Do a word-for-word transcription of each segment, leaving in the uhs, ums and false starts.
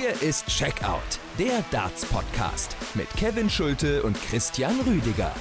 Hier ist Checkout, der Darts-Podcast mit Kevin Schulte und Christian Rüdiger.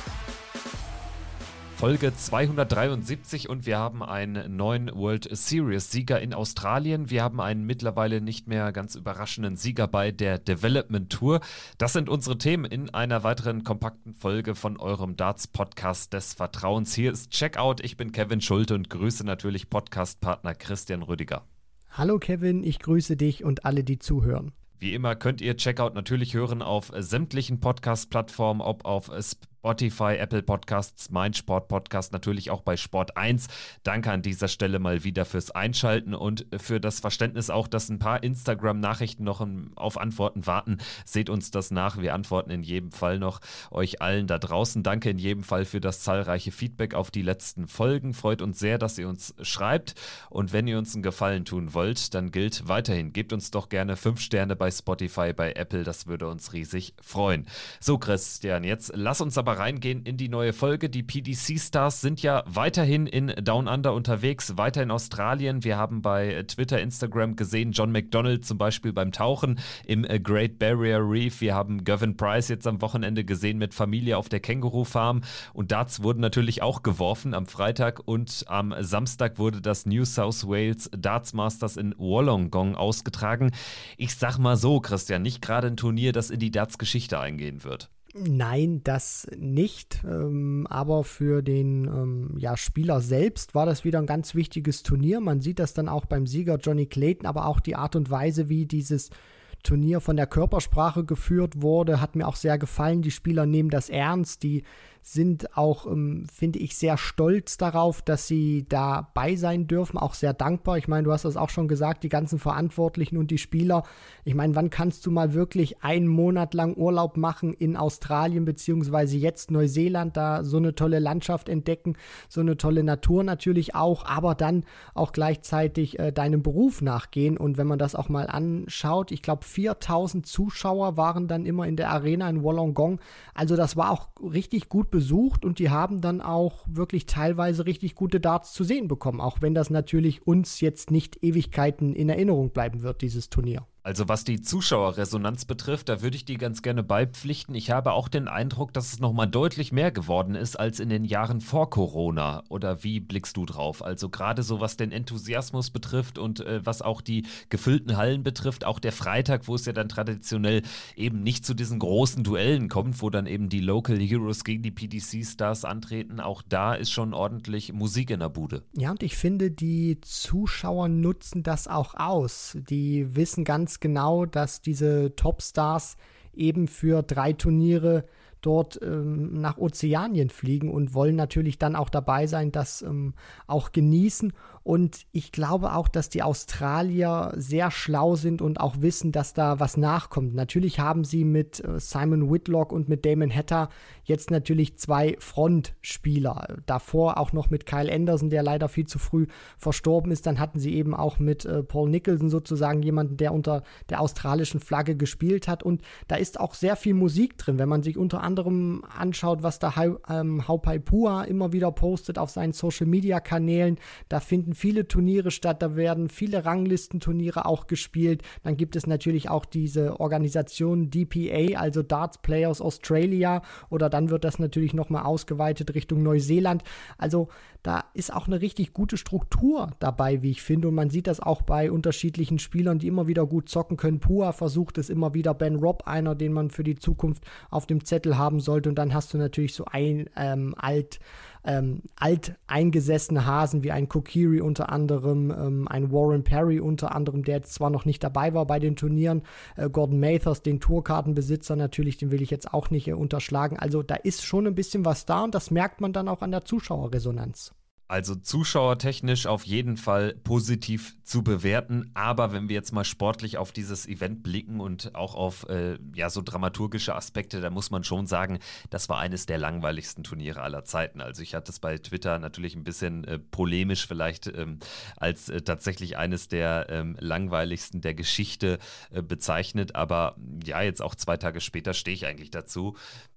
Folge zweihundertdreiundsiebzig und wir haben einen neuen World Series-Sieger in Australien. Wir haben einen mittlerweile nicht mehr ganz überraschenden Sieger bei der Development Tour. Das sind unsere Themen in einer weiteren kompakten Folge von eurem Darts-Podcast des Vertrauens. Hier ist Checkout, ich bin Kevin Schulte und grüße natürlich Podcast-Partner Christian Rüdiger. Hallo Kevin, ich grüße dich und alle, die zuhören. Wie immer könnt ihr Checkout natürlich hören auf sämtlichen Podcast-Plattformen, ob auf Spotify, Apple Podcasts, meinsport Podcast, natürlich auch bei Sport eins. Danke an dieser Stelle mal wieder fürs Einschalten und für das Verständnis auch, dass ein paar Instagram-Nachrichten noch auf Antworten warten. Seht uns das nach, wir antworten in jedem Fall noch euch allen da draußen. Danke in jedem Fall für das zahlreiche Feedback auf die letzten Folgen. Freut uns sehr, dass ihr uns schreibt und wenn ihr uns einen Gefallen tun wollt, dann gilt weiterhin, gebt uns doch gerne fünf Sterne bei Spotify, bei Apple, das würde uns riesig freuen. So Christian, jetzt lass uns aber reingehen in die neue Folge. Die P D C-Stars sind ja weiterhin in Down Under unterwegs, weiter in Australien. Wir haben bei Twitter, Instagram gesehen, John McDonald zum Beispiel beim Tauchen im Great Barrier Reef. Wir haben Gervin Price jetzt am Wochenende gesehen mit Familie auf der Känguru-Farm. Und Darts wurden natürlich auch geworfen am Freitag und am Samstag wurde das New South Wales Darts Masters in Wollongong ausgetragen. Ich sag mal so, Christian, nicht gerade ein Turnier, das in die Darts-Geschichte eingehen wird. Nein, das nicht. Ähm, aber für den ähm, ja, Spieler selbst war das wieder ein ganz wichtiges Turnier. Man sieht das dann auch beim Sieger Johnny Clayton, aber auch die Art und Weise, wie dieses Turnier von der Körpersprache geführt wurde, hat mir auch sehr gefallen. Die Spieler nehmen das ernst, die sind auch, ähm, finde ich, sehr stolz darauf, dass sie dabei sein dürfen, auch sehr dankbar. Ich meine, du hast das auch schon gesagt, die ganzen Verantwortlichen und die Spieler. Ich meine, wann kannst du mal wirklich einen Monat lang Urlaub machen in Australien, beziehungsweise jetzt Neuseeland, da so eine tolle Landschaft entdecken, so eine tolle Natur natürlich auch, aber dann auch gleichzeitig äh, deinem Beruf nachgehen. Und wenn man das auch mal anschaut, ich glaube, viertausend Zuschauer waren dann immer in der Arena in Wollongong. Also das war auch richtig gut besucht und die haben dann auch wirklich teilweise richtig gute Darts zu sehen bekommen, auch wenn das natürlich uns jetzt nicht Ewigkeiten in Erinnerung bleiben wird, dieses Turnier. Also was die Zuschauerresonanz betrifft, da würde ich dir ganz gerne beipflichten. Ich habe auch den Eindruck, dass es nochmal deutlich mehr geworden ist als in den Jahren vor Corona. Oder wie blickst du drauf? Also gerade so was den Enthusiasmus betrifft und äh, was auch die gefüllten Hallen betrifft, auch der Freitag, wo es ja dann traditionell eben nicht zu diesen großen Duellen kommt, wo dann eben die Local Heroes gegen die P D C-Stars antreten. Auch da ist schon ordentlich Musik in der Bude. Ja, und ich finde, die Zuschauer nutzen das auch aus. Die wissen ganz genau, dass diese Topstars eben für drei Turniere dort ähm, nach Ozeanien fliegen und wollen natürlich dann auch dabei sein, das ähm, auch genießen. Und ich glaube auch, dass die Australier sehr schlau sind und auch wissen, dass da was nachkommt. Natürlich haben sie mit äh, Simon Whitlock und mit Damon Hatter jetzt natürlich zwei Frontspieler. Davor auch noch mit Kyle Anderson, der leider viel zu früh verstorben ist. Dann hatten sie eben auch mit äh, Paul Nicholson sozusagen jemanden, der unter der australischen Flagge gespielt hat. Und da ist auch sehr viel Musik drin, wenn man sich unter anderem anderem anschaut, was da ähm, Haupai Pua immer wieder postet auf seinen Social-Media-Kanälen. Da finden viele Turniere statt, da werden viele Ranglistenturniere auch gespielt. Dann gibt es natürlich auch diese Organisation D P A, also Darts Players Australia, oder dann wird das natürlich nochmal ausgeweitet Richtung Neuseeland. Also da ist auch eine richtig gute Struktur dabei, wie ich finde, und man sieht das auch bei unterschiedlichen Spielern, die immer wieder gut zocken können. Pua versucht es immer wieder, Ben Robb, einer, den man für die Zukunft auf dem Zettel haben sollte, und dann hast du natürlich so ein ähm, alt, ähm, alt eingesessene Hasen wie ein Kokiri unter anderem, ähm, ein Warren Perry unter anderem, der jetzt zwar noch nicht dabei war bei den Turnieren, äh, Gordon Mathers, den Tourkartenbesitzer natürlich, den will ich jetzt auch nicht äh, unterschlagen. Also da ist schon ein bisschen was da und das merkt man dann auch an der Zuschauerresonanz. Also zuschauertechnisch auf jeden Fall positiv zu bewerten, aber wenn wir jetzt mal sportlich auf dieses Event blicken und auch auf äh, ja so dramaturgische Aspekte, da muss man schon sagen, das war eines der langweiligsten Turniere aller Zeiten. Also ich hatte es bei Twitter natürlich ein bisschen äh, polemisch vielleicht ähm, als äh, tatsächlich eines der ähm, langweiligsten der Geschichte äh, bezeichnet, aber ja, jetzt auch zwei Tage später stehe ich eigentlich dazu.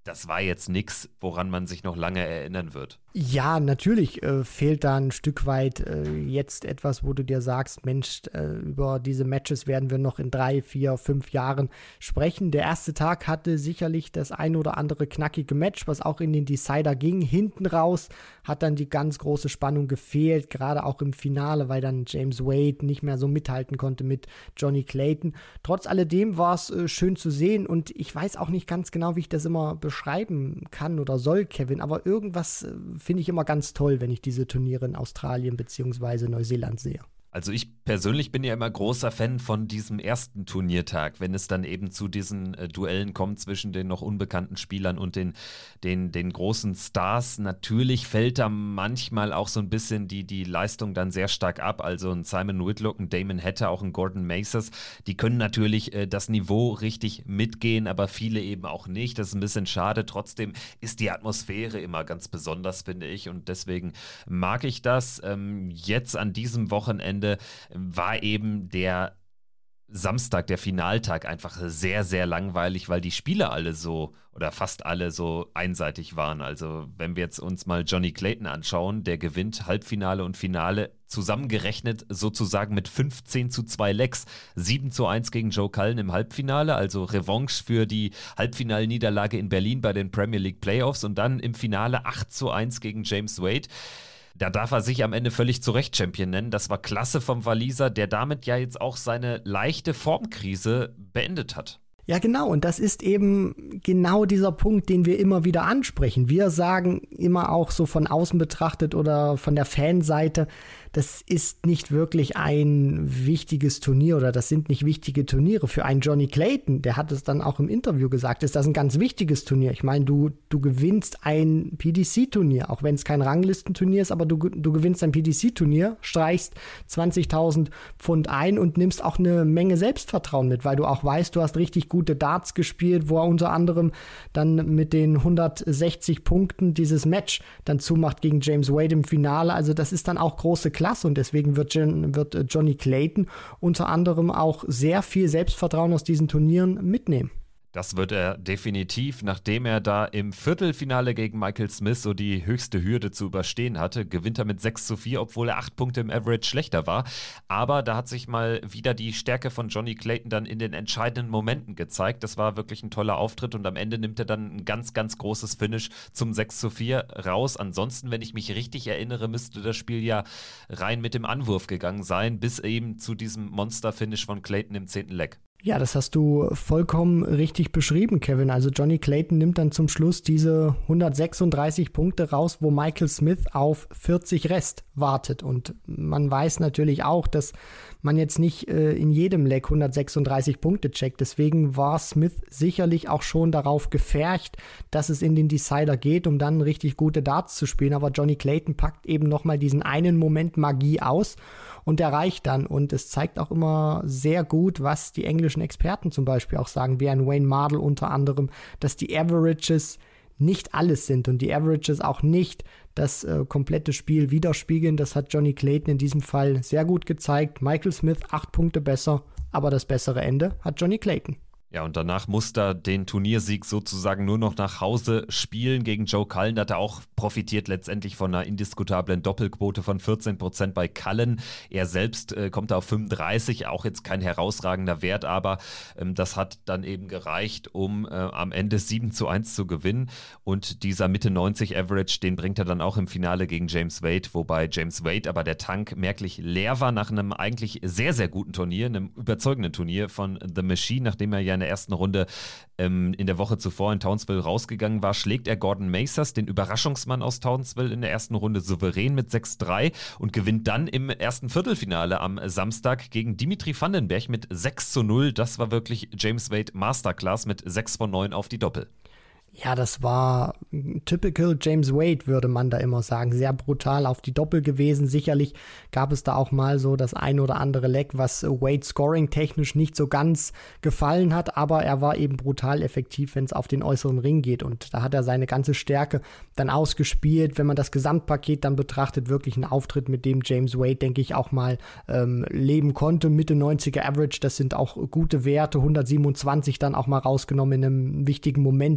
das war jetzt nichts, woran man sich noch lange erinnern wird. Ja, natürlich äh, fehlt da ein Stück weit äh, jetzt etwas, wo du dir sagst, Mensch, äh, über diese Matches werden wir noch in drei, vier, fünf Jahren sprechen. Der erste Tag hatte sicherlich das ein oder andere knackige Match, was auch in den Decider ging. Hinten raus hat dann die ganz große Spannung gefehlt, gerade auch im Finale, weil dann James Wade nicht mehr so mithalten konnte mit Johnny Clayton. Trotz alledem war es äh, schön zu sehen und ich weiß auch nicht ganz genau, wie ich das immer beschreiben kann oder soll, Kevin, aber irgendwas äh, finde ich immer ganz toll, wenn ich diese Turniere in Australien bzw. Neuseeland sehe. Also ich persönlich bin ja immer großer Fan von diesem ersten Turniertag, wenn es dann eben zu diesen äh, Duellen kommt zwischen den noch unbekannten Spielern und den, den, den großen Stars. Natürlich fällt da manchmal auch so ein bisschen die, die Leistung dann sehr stark ab. Also ein Simon Whitlock, ein Damon Hatter, auch ein Gordon Maces, die können natürlich äh, das Niveau richtig mitgehen, aber viele eben auch nicht. Das ist ein bisschen schade. Trotzdem ist die Atmosphäre immer ganz besonders, finde ich, und deswegen mag ich das. Ähm, jetzt an diesem Wochenende war eben der Samstag, der Finaltag, einfach sehr, sehr langweilig, weil die Spiele alle so oder fast alle so einseitig waren. Also wenn wir jetzt uns mal Johnny Clayton anschauen, der gewinnt Halbfinale und Finale zusammengerechnet sozusagen mit fünfzehn zu zwei Lecks. sieben zu eins gegen Joe Cullen im Halbfinale, also Revanche für die Halbfinalniederlage in Berlin bei den Premier League Playoffs und dann im Finale acht zu eins gegen James Wade. Da darf er sich am Ende völlig zu Recht Champion nennen. Das war klasse vom Waliser, der damit ja jetzt auch seine leichte Formkrise beendet hat. Ja, genau. Und das ist eben genau dieser Punkt, den wir immer wieder ansprechen. Wir sagen immer auch so von außen betrachtet oder von der Fanseite, das ist nicht wirklich ein wichtiges Turnier oder das sind nicht wichtige Turniere. Für einen Johnny Clayton, der hat es dann auch im Interview gesagt, ist das ein ganz wichtiges Turnier. Ich meine, du, du gewinnst ein P D C-Turnier, auch wenn es kein Ranglistenturnier ist, aber du, du gewinnst ein P D C-Turnier, streichst zwanzigtausend Pfund ein und nimmst auch eine Menge Selbstvertrauen mit, weil du auch weißt, du hast richtig gute Darts gespielt, wo er unter anderem dann mit den hundertsechzig Punkten dieses Match dann zumacht gegen James Wade im Finale. Also das ist dann auch große Klasse und deswegen wird, Jen, wird Johnny Clayton unter anderem auch sehr viel Selbstvertrauen aus diesen Turnieren mitnehmen. Das wird er definitiv, nachdem er da im Viertelfinale gegen Michael Smith so die höchste Hürde zu überstehen hatte. Gewinnt er mit sechs zu vier, obwohl er acht Punkte im Average schlechter war. Aber da hat sich mal wieder die Stärke von Johnny Clayton dann in den entscheidenden Momenten gezeigt. Das war wirklich ein toller Auftritt und am Ende nimmt er dann ein ganz, ganz großes Finish zum sechs zu vier raus. Ansonsten, wenn ich mich richtig erinnere, müsste das Spiel ja rein mit dem Anwurf gegangen sein, bis eben zu diesem Monster-Finish von Clayton im zehnten Leg. Ja, das hast du vollkommen richtig beschrieben, Kevin. Also Johnny Clayton nimmt dann zum Schluss diese hundertsechsunddreißig Punkte raus, wo Michael Smith auf vierzig Rest wartet. Und man weiß natürlich auch, dass man jetzt nicht äh, in jedem Leg hundertsechsunddreißig Punkte checkt. Deswegen war Smith sicherlich auch schon darauf gefercht, dass es in den Decider geht, um dann richtig gute Darts zu spielen. Aber Johnny Clayton packt eben nochmal diesen einen Moment Magie aus und der reicht dann. Und es zeigt auch immer sehr gut, was die englischen Experten zum Beispiel auch sagen, wie ein Wayne Mardle unter anderem, dass die Averages nicht alles sind und die Averages auch nicht das äh, komplette Spiel widerspiegeln. Das hat Johnny Clayton in diesem Fall sehr gut gezeigt. Michael Smith acht Punkte besser, aber das bessere Ende hat Johnny Clayton. Ja, und danach musste er den Turniersieg sozusagen nur noch nach Hause spielen gegen Joe Cullen. Da hat er auch profitiert letztendlich von einer indiskutablen Doppelquote von vierzehn Prozent bei Cullen. Er selbst äh, kommt auf fünfunddreißig, auch jetzt kein herausragender Wert, aber ähm, das hat dann eben gereicht, um äh, am Ende sieben zu eins zu gewinnen. Und dieser Mitte neunzig Average, den bringt er dann auch im Finale gegen James Wade, wobei James Wade aber der Tank merklich leer war nach einem eigentlich sehr, sehr guten Turnier, einem überzeugenden Turnier von The Machine, nachdem er ja eine der ersten Runde ähm, in der Woche zuvor in Townsville rausgegangen war, schlägt er Gordon Maces, den Überraschungsmann aus Townsville, in der ersten Runde souverän mit sechs drei und gewinnt dann im ersten Viertelfinale am Samstag gegen Dimitri Vandenberg mit sechs zu null. Das war wirklich James Wade Masterclass mit sechs von neun auf die Doppel. Ja, das war typical James Wade, würde man da immer sagen. Sehr brutal auf die Doppel gewesen. Sicherlich gab es da auch mal so das ein oder andere Leck, was Wade scoring-technisch nicht so ganz gefallen hat, aber er war eben brutal effektiv, wenn es auf den äußeren Ring geht. Und da hat er seine ganze Stärke dann ausgespielt. Wenn man das Gesamtpaket dann betrachtet, wirklich ein Auftritt, mit dem James Wade, denke ich, auch mal ähm, leben konnte. Mitte neunziger Average, das sind auch gute Werte. hundertsiebenundzwanzig dann auch mal rausgenommen in einem wichtigen Moment, der dann auch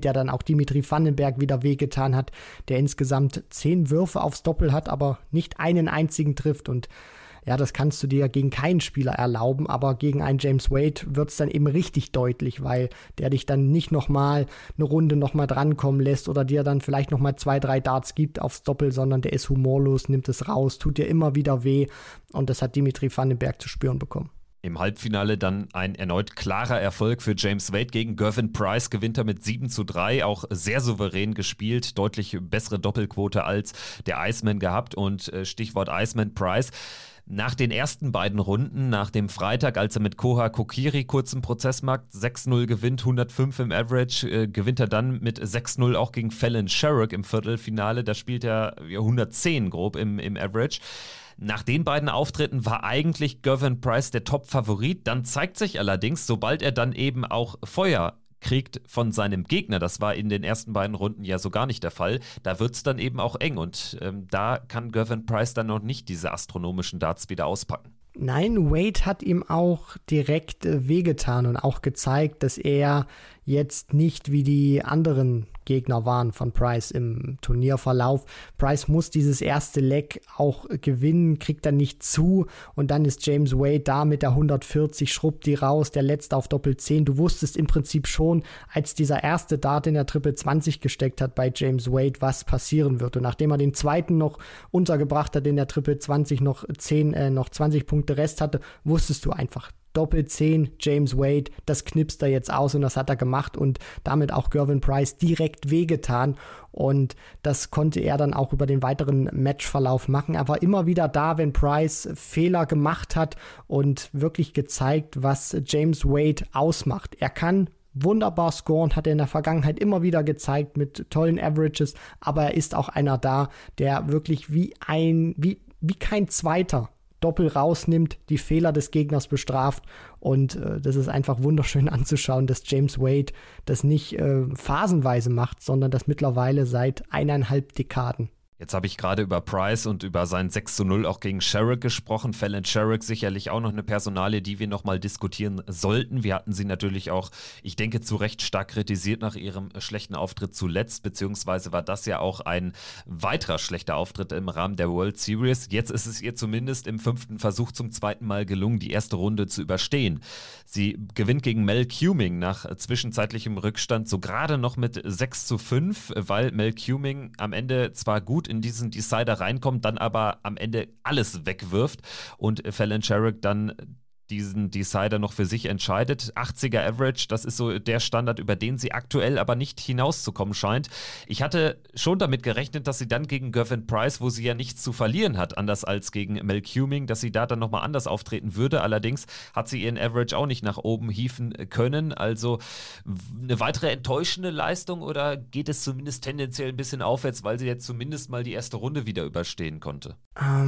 Dimitri Vandenberg wieder wehgetan hat, der insgesamt zehn Würfe aufs Doppel hat, aber nicht einen einzigen trifft. Und ja, das kannst du dir gegen keinen Spieler erlauben, aber gegen einen James Wade wird es dann eben richtig deutlich, weil der dich dann nicht nochmal eine Runde nochmal drankommen lässt oder dir dann vielleicht nochmal zwei, drei Darts gibt aufs Doppel, sondern der ist humorlos, nimmt es raus, tut dir immer wieder weh, und das hat Dimitri Vandenberg zu spüren bekommen. Im Halbfinale dann ein erneut klarer Erfolg für James Wade gegen Gervin Price, gewinnt er mit sieben zu drei, auch sehr souverän gespielt, deutlich bessere Doppelquote als der Iceman gehabt, und Stichwort Iceman Price. Nach den ersten beiden Runden, nach dem Freitag, als er mit Koha Kokiri kurz im Prozess macht, sechs null gewinnt, hundertfünf im Average, äh, gewinnt er dann mit sechs null auch gegen Fallon Sherrock im Viertelfinale. Da spielt er ja, hundertzehn grob im, im Average. Nach den beiden Auftritten war eigentlich Gervin Price der Top-Favorit. Dann zeigt sich allerdings, sobald er dann eben auch Feuer kriegt von seinem Gegner, das war in den ersten beiden Runden ja so gar nicht der Fall, da wird es dann eben auch eng, und ähm, da kann Gervin Price dann noch nicht diese astronomischen Darts wieder auspacken. Nein, Wade hat ihm auch direkt äh, wehgetan und auch gezeigt, dass er jetzt nicht wie die anderen Gegner waren von Price im Turnierverlauf. Price muss dieses erste Leg auch gewinnen, kriegt dann nicht zu, und dann ist James Wade da mit der hundertvierzig, schrubbt die raus, der letzte auf Doppel zehn. Du wusstest im Prinzip schon, als dieser erste Dart in der Triple zwanzig gesteckt hat bei James Wade, was passieren wird. Und nachdem er den zweiten noch untergebracht hat in der Triple zwanzig, noch zehn, äh, noch zwanzig Punkte Rest hatte, wusstest du einfach, Doppel zehn, James Wade, das knipst er jetzt aus, und das hat er gemacht und damit auch Gervin Price direkt wehgetan, und das konnte er dann auch über den weiteren Matchverlauf machen. Er war immer wieder da, wenn Price Fehler gemacht hat, und wirklich gezeigt, was James Wade ausmacht. Er kann wunderbar scoren, hat er in der Vergangenheit immer wieder gezeigt mit tollen Averages, aber er ist auch einer da, der wirklich wie ein, wie, wie kein Zweiter Doppel rausnimmt, die Fehler des Gegners bestraft, und äh, das ist einfach wunderschön anzuschauen, dass James Wade das nicht äh, phasenweise macht, sondern das mittlerweile seit eineinhalb Dekaden. Jetzt habe ich gerade über Price und über sein sechs zu null auch gegen Sherrock gesprochen. Fallon Sherrock sicherlich auch noch eine Personalie, die wir nochmal diskutieren sollten. Wir hatten sie natürlich auch, ich denke, zu Recht stark kritisiert nach ihrem schlechten Auftritt zuletzt, beziehungsweise war das ja auch ein weiterer schlechter Auftritt im Rahmen der World Series. Jetzt ist es ihr zumindest im fünften Versuch zum zweiten Mal gelungen, die erste Runde zu überstehen. Sie gewinnt gegen Mel Cuming nach zwischenzeitlichem Rückstand so gerade noch mit sechs zu fünf, weil Mel Cuming am Ende zwar gut in diesen Decider reinkommt, dann aber am Ende alles wegwirft und Fallon Sherrock dann diesen Decider noch für sich entscheidet. achtziger Average, das ist so der Standard, über den sie aktuell aber nicht hinauszukommen scheint. Ich hatte schon damit gerechnet, dass sie dann gegen Gervin Price, wo sie ja nichts zu verlieren hat, anders als gegen Mel Cuming, dass sie da dann nochmal anders auftreten würde. Allerdings hat sie ihren Average auch nicht nach oben hieven können. Also eine weitere enttäuschende Leistung, oder geht es zumindest tendenziell ein bisschen aufwärts, weil sie jetzt zumindest mal die erste Runde wieder überstehen konnte?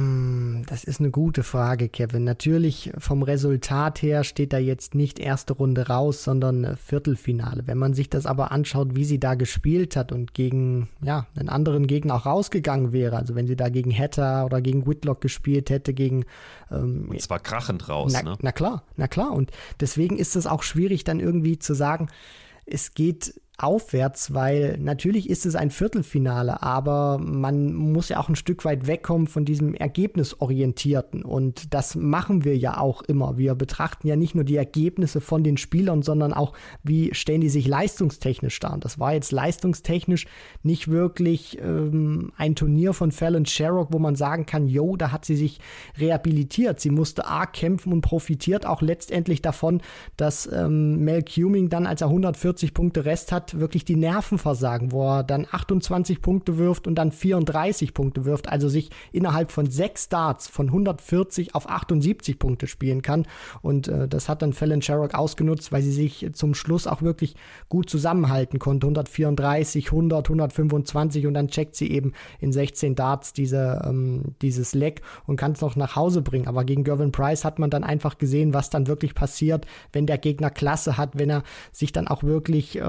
Um, das ist eine gute Frage, Kevin. Natürlich vom Resultat Resultat her steht da jetzt nicht erste Runde raus, sondern Viertelfinale. Wenn man sich das aber anschaut, wie sie da gespielt hat und gegen ja, einen anderen Gegner auch rausgegangen wäre, also wenn sie da gegen Hatter oder gegen Whitlock gespielt hätte, gegen ähm, und zwar krachend raus, na, ne? Na klar, na klar. Und deswegen ist es auch schwierig, dann irgendwie zu sagen, es geht aufwärts, weil natürlich ist es ein Viertelfinale, aber man muss ja auch ein Stück weit wegkommen von diesem Ergebnisorientierten, und das machen wir ja auch immer. Wir betrachten ja nicht nur die Ergebnisse von den Spielern, sondern auch, wie stellen die sich leistungstechnisch dar. Und das war jetzt leistungstechnisch nicht wirklich ähm, ein Turnier von Fallon Sherrock, wo man sagen kann, jo, da hat sie sich rehabilitiert. Sie musste arg kämpfen und profitiert auch letztendlich davon, dass ähm, Mel Cuming dann, als er hundertvierzig Punkte Rest hat, wirklich die Nerven versagen, wo er dann achtundzwanzig Punkte wirft und dann vierunddreißig Punkte wirft, also sich innerhalb von sechs Starts von hundertvierzig auf achtundsiebzig Punkte spielen kann, und äh, das hat dann Fallon Sherrock ausgenutzt, weil sie sich zum Schluss auch wirklich gut zusammenhalten konnte, hundertvierunddreißig, hundert, hundertfünfundzwanzig, und dann checkt sie eben in sechzehn Darts diese, ähm, dieses Leg und kann es noch nach Hause bringen, aber gegen Gervin Price hat man dann einfach gesehen, was dann wirklich passiert, wenn der Gegner Klasse hat, wenn er sich dann auch wirklich ähm,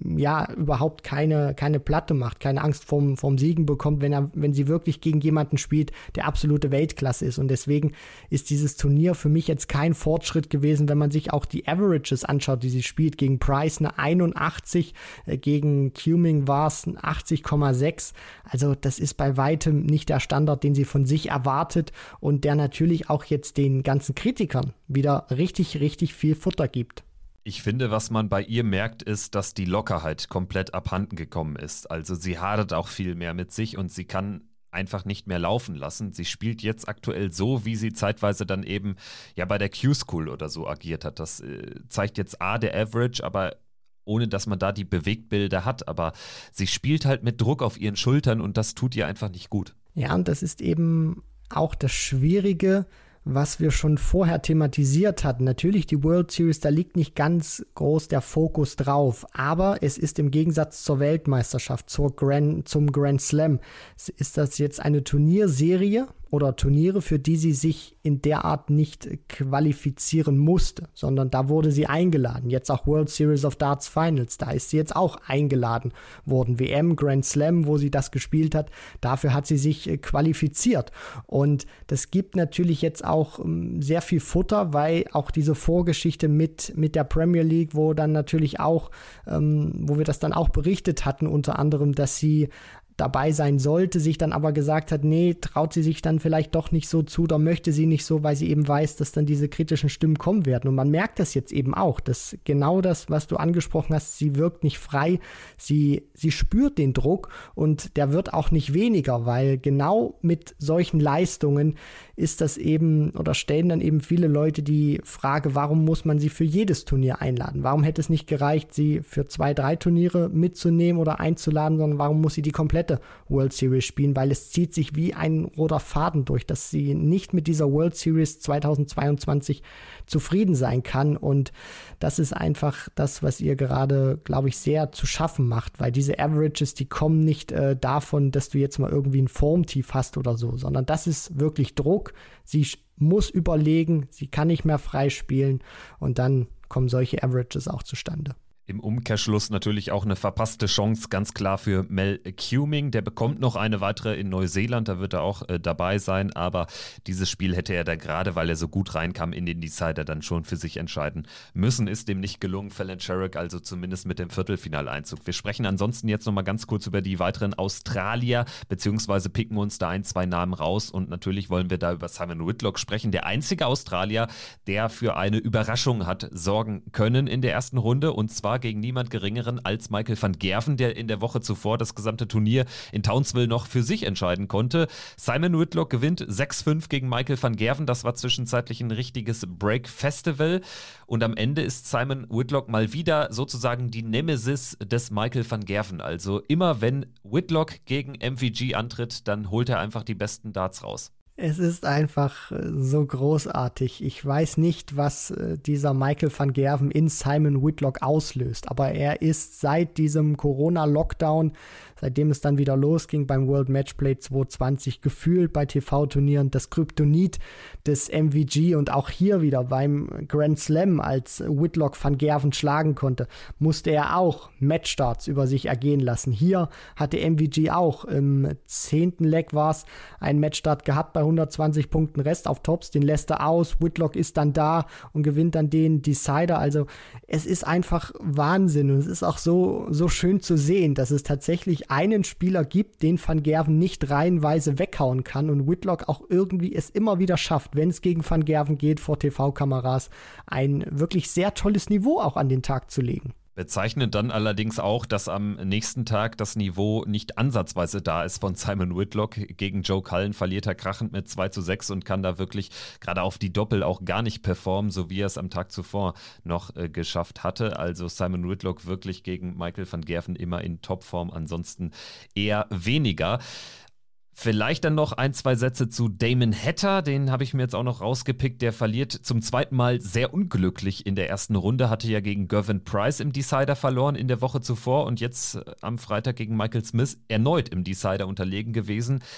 ja überhaupt keine, keine Platte macht, keine Angst vorm, vorm Siegen bekommt, wenn er, wenn sie wirklich gegen jemanden spielt, der absolute Weltklasse ist. Und deswegen ist dieses Turnier für mich jetzt kein Fortschritt gewesen, wenn man sich auch die Averages anschaut, die sie spielt. Gegen Price eine einundachtzig, äh, gegen Cuming war es ein achtzig Komma sechs. Also das ist bei weitem nicht der Standard, den sie von sich erwartet und der natürlich auch jetzt den ganzen Kritikern wieder richtig, richtig viel Futter gibt. Ich finde, was man bei ihr merkt, ist, dass die Lockerheit komplett abhanden gekommen ist. Also sie hadert auch viel mehr mit sich und sie kann einfach nicht mehr laufen lassen. Sie spielt jetzt aktuell so, wie sie zeitweise dann eben ja bei der Q-School oder so agiert hat. Das äh, zeigt jetzt A, der Average, aber ohne dass man da die Bewegtbilder hat. Aber sie spielt halt mit Druck auf ihren Schultern und das tut ihr einfach nicht gut. Ja, und das ist eben auch das Schwierige, was wir schon vorher thematisiert hatten. Natürlich die World Series, da liegt nicht ganz groß der Fokus drauf, aber es ist im Gegensatz zur Weltmeisterschaft, zur Grand, zum Grand Slam, ist das jetzt eine Turnierserie oder Turniere, für die sie sich in der Art nicht qualifizieren musste, sondern da wurde sie eingeladen. Jetzt auch World Series of Darts Finals, da ist sie jetzt auch eingeladen worden. W M, Grand Slam, wo sie das gespielt hat, dafür hat sie sich qualifiziert. Und das gibt natürlich jetzt auch um, sehr viel Futter, weil auch diese Vorgeschichte mit, mit der Premier League, wo dann natürlich auch, ähm, wo wir das dann auch berichtet hatten, unter anderem, dass sie dabei sein sollte, sich dann aber gesagt hat, nee, traut sie sich dann vielleicht doch nicht so zu, da möchte sie nicht so, weil sie eben weiß, dass dann diese kritischen Stimmen kommen werden. Und man merkt das jetzt eben auch, dass genau das, was du angesprochen hast, sie wirkt nicht frei, sie, sie spürt den Druck und der wird auch nicht weniger, weil genau mit solchen Leistungen ist das eben, oder stellen dann eben viele Leute die Frage, warum muss man sie für jedes Turnier einladen? Warum hätte es nicht gereicht, sie für zwei, drei Turniere mitzunehmen oder einzuladen, sondern warum muss sie die komplette World Series spielen, weil es zieht sich wie ein roter Faden durch, dass sie nicht mit dieser World Series zweitausendzweiundzwanzig zufrieden sein kann und das ist einfach das, was ihr gerade, glaube ich, sehr zu schaffen macht, weil diese Averages, die kommen nicht äh, davon, dass du jetzt mal irgendwie ein Formtief hast oder so, sondern das ist wirklich Druck. Sie muss überlegen, sie kann nicht mehr frei spielen und dann kommen solche Averages auch zustande. Im Umkehrschluss natürlich auch eine verpasste Chance, ganz klar für Mel Cuming. Der bekommt noch eine weitere in Neuseeland, da wird er auch äh, dabei sein, aber dieses Spiel hätte er da gerade, weil er so gut reinkam in den Decider, dann schon für sich entscheiden müssen. Ist dem nicht gelungen, Fallon Sherrock, also zumindest mit dem Viertelfinaleinzug. Wir sprechen ansonsten jetzt nochmal ganz kurz über die weiteren Australier, beziehungsweise picken uns da ein, zwei Namen raus und natürlich wollen wir da über Simon Whitlock sprechen. Der einzige Australier, der für eine Überraschung hat sorgen können in der ersten Runde und zwar gegen niemand Geringeren als Michael van Gerven, der in der Woche zuvor das gesamte Turnier in Townsville noch für sich entscheiden konnte. Simon Whitlock gewinnt sechs fünf gegen Michael van Gerven. Das war zwischenzeitlich ein richtiges Break-Festival. Und am Ende ist Simon Whitlock mal wieder sozusagen die Nemesis des Michael van Gerven. Also immer wenn Whitlock gegen M V G antritt, dann holt er einfach die besten Darts raus. Es ist einfach so großartig. Ich weiß nicht, was äh, dieser Michael van Gerven in Simon Whitlock auslöst, aber er ist seit diesem Corona-Lockdown, seitdem es dann wieder losging beim World Matchplay zwanzig zwanzig, gefühlt bei T V-Turnieren das Kryptonit des M V G und auch hier wieder beim Grand Slam, als Whitlock van Gerven schlagen konnte, musste er auch Matchstarts über sich ergehen lassen. Hier hatte M V G auch im zehnten Leg war es einen Matchstart gehabt bei hundertzwanzig Punkten Rest auf Tops, den lässt er aus, Whitlock ist dann da und gewinnt dann den Decider. Also es ist einfach Wahnsinn und es ist auch so, so schön zu sehen, dass es tatsächlich einen Spieler gibt, den Van Gerven nicht reihenweise weghauen kann und Whitlock auch irgendwie es immer wieder schafft, wenn es gegen Van Gerven geht, vor T V-Kameras ein wirklich sehr tolles Niveau auch an den Tag zu legen. Bezeichnend dann allerdings auch, dass am nächsten Tag das Niveau nicht ansatzweise da ist von Simon Whitlock. Gegen Joe Cullen verliert er krachend mit zwei zu sechs und kann da wirklich gerade auf die Doppel auch gar nicht performen, so wie er es am Tag zuvor noch äh, geschafft hatte. Also Simon Whitlock wirklich gegen Michael van Gerven immer in Topform, ansonsten eher weniger. Vielleicht dann noch ein, zwei Sätze zu Damon Hatter, den habe ich mir jetzt auch noch rausgepickt. Der verliert zum zweiten Mal sehr unglücklich in der ersten Runde, hatte ja gegen Gervin Price im Decider verloren in der Woche zuvor und jetzt am Freitag gegen Michael Smith erneut im Decider unterlegen gewesen.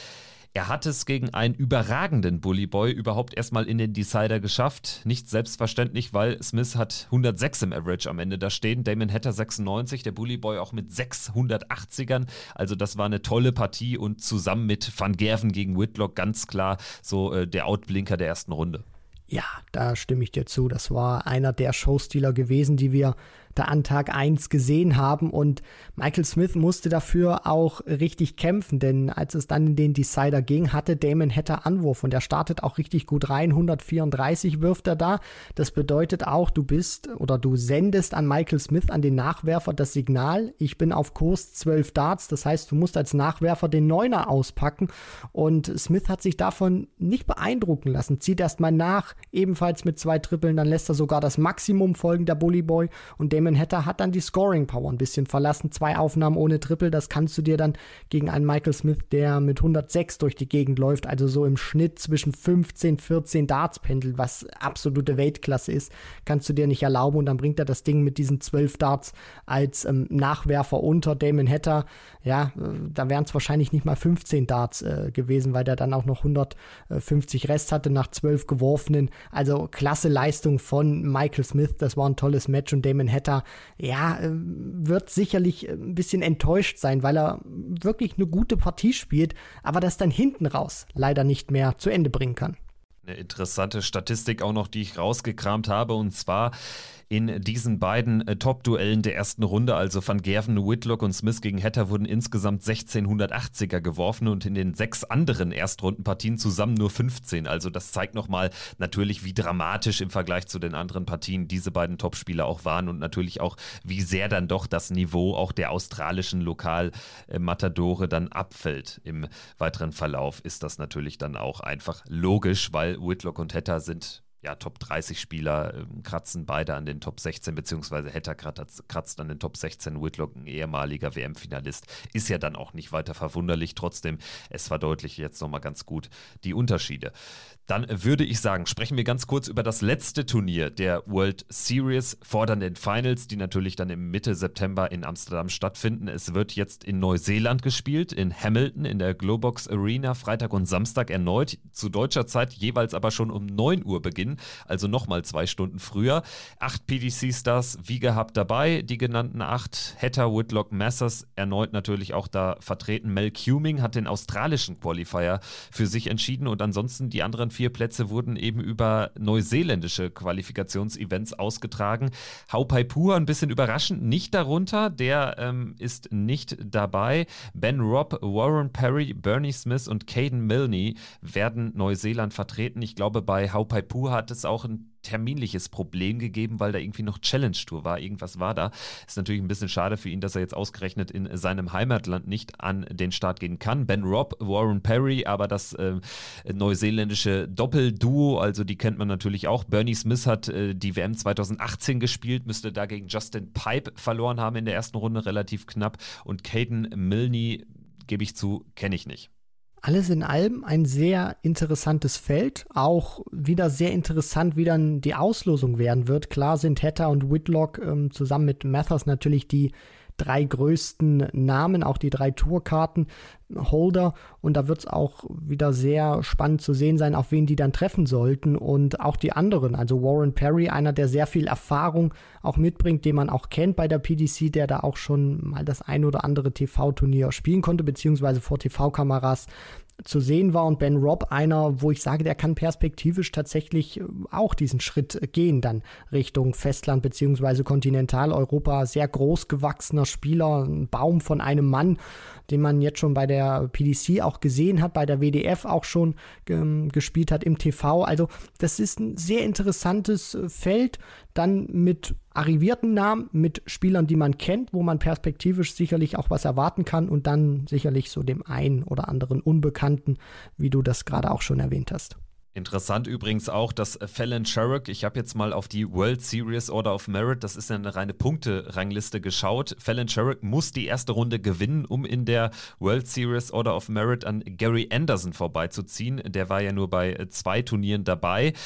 Er hat es gegen einen überragenden Bully Boy überhaupt erstmal in den Decider geschafft. Nicht selbstverständlich, weil Smith hat hundertsechs im Average am Ende da stehen. Damon Hatter sechsundneunzig, der Bully Boy auch mit sechshundertachtzigern. Also das war eine tolle Partie und zusammen mit Van Gerven gegen Whitlock ganz klar so äh, der Outblinker der ersten Runde. Ja, da stimme ich dir zu. Das war einer der Showstealer gewesen, die wir da an Tag eins gesehen haben, und Michael Smith musste dafür auch richtig kämpfen, denn als es dann in den Decider ging, hatte Damon Hatter Anwurf und er startet auch richtig gut rein. hundertvierunddreißig wirft er da. Das bedeutet auch, du bist oder du sendest an Michael Smith, an den Nachwerfer, das Signal, ich bin auf Kurs zwölf Darts, das heißt, du musst als Nachwerfer den Neuner auspacken, und Smith hat sich davon nicht beeindrucken lassen, zieht erstmal nach, ebenfalls mit zwei Trippeln, dann lässt er sogar das Maximum folgen, der Bully Boy, und Damon Hatter hat dann die Scoring Power ein bisschen verlassen. Zwei Aufnahmen ohne Triple, das kannst du dir dann gegen einen Michael Smith, der mit hundertsechs durch die Gegend läuft, also so im Schnitt zwischen fünfzehn, vierzehn Darts pendelt, was absolute Weltklasse ist, kannst du dir nicht erlauben, und dann bringt er das Ding mit diesen zwölf Darts als ähm, Nachwerfer unter. Damon Hatter, ja, äh, da wären es wahrscheinlich nicht mal fünfzehn Darts äh, gewesen, weil der dann auch noch hundertfünfzig Rest hatte nach zwölf geworfenen. Also klasse Leistung von Michael Smith, das war ein tolles Match, und Damon Hatter, ja, wird sicherlich ein bisschen enttäuscht sein, weil er wirklich eine gute Partie spielt, aber das dann hinten raus leider nicht mehr zu Ende bringen kann. Eine interessante Statistik auch noch, die ich rausgekramt habe, und zwar in diesen beiden äh, Top-Duellen der ersten Runde, also Van Gerven, Whitlock und Smith gegen Hatter, wurden insgesamt sechzehn hundertachtziger geworfen und in den sechs anderen Erstrundenpartien zusammen nur fünfzehn. Also das zeigt nochmal natürlich, wie dramatisch im Vergleich zu den anderen Partien diese beiden Topspieler auch waren und natürlich auch, wie sehr dann doch das Niveau auch der australischen Lokal-Matadore dann abfällt. Im weiteren Verlauf ist das natürlich dann auch einfach logisch, weil Whitlock und Hatter sind ja, Top dreißig Spieler, ähm, kratzen beide an den Top sechzehn, beziehungsweise Hatter kratzt, kratzt an den Top sechzehn, Whitlock, ein ehemaliger W M-Finalist, ist ja dann auch nicht weiter verwunderlich. Trotzdem, es verdeutlicht jetzt nochmal ganz gut die Unterschiede. Dann würde ich sagen, sprechen wir ganz kurz über das letzte Turnier der World Series vor dann den Finals, die natürlich dann im Mitte September in Amsterdam stattfinden. Es wird jetzt in Neuseeland gespielt, in Hamilton, in der Globox Arena, Freitag und Samstag erneut, zu deutscher Zeit jeweils aber schon um neun Uhr Beginn, also nochmal zwei Stunden früher. Acht P D C-Stars wie gehabt dabei, die genannten acht, Hatter, Whitlock, Masters, erneut natürlich auch da vertreten. Mel Cuming hat den australischen Qualifier für sich entschieden und ansonsten die anderen vier Plätze wurden eben über neuseeländische Qualifikationsevents ausgetragen. Haupai-Pua ein bisschen überraschend nicht darunter, der ähm, ist nicht dabei. Ben Robb, Warren Perry, Bernie Smith und Caden Milne werden Neuseeland vertreten. Ich glaube, bei Haupai-Pua hat es auch ein terminliches Problem gegeben, weil da irgendwie noch Challenge-Tour war. Irgendwas war da. Ist natürlich ein bisschen schade für ihn, dass er jetzt ausgerechnet in seinem Heimatland nicht an den Start gehen kann. Ben Robb, Warren Perry, aber das äh, neuseeländische Doppelduo, also die kennt man natürlich auch. Bernie Smith hat äh, die W M zweitausendachtzehn gespielt, müsste da gegen Justin Pipe verloren haben in der ersten Runde, relativ knapp. Und Caden Milne, gebe ich zu, kenne ich nicht. Alles in allem ein sehr interessantes Feld, auch wieder sehr interessant, wie dann die Auslosung werden wird. Klar sind Hatter und Whitlock ähm, zusammen mit Mathers natürlich die drei größten Namen, auch die drei Tourkarten-Holder, und da wird es auch wieder sehr spannend zu sehen sein, auf wen die dann treffen sollten, und auch die anderen, also Warren Perry, einer, der sehr viel Erfahrung auch mitbringt, den man auch kennt bei der P D C, der da auch schon mal das ein oder andere T V-Turnier spielen konnte, beziehungsweise vor T V-Kameras zu sehen war, und Ben Robb, einer, wo ich sage, der kann perspektivisch tatsächlich auch diesen Schritt gehen, dann Richtung Festland beziehungsweise Kontinentaleuropa, sehr groß gewachsener Spieler, ein Baum von einem Mann, den man jetzt schon bei der P D C auch gesehen hat, bei der W D F auch schon ähm, gespielt hat im T V, also das ist ein sehr interessantes Feld, dann mit arrivierten Namen, mit Spielern, die man kennt, wo man perspektivisch sicherlich auch was erwarten kann, und dann sicherlich so dem einen oder anderen Unbekannten, wie du das gerade auch schon erwähnt hast. Interessant übrigens auch, dass Fallon Sherrock, ich habe jetzt mal auf die World Series Order of Merit, das ist ja eine reine Punkte-Rangliste geschaut. Fallon Sherrock muss die erste Runde gewinnen, um in der World Series Order of Merit an Gary Anderson vorbeizuziehen. Der war ja nur bei zwei Turnieren dabei.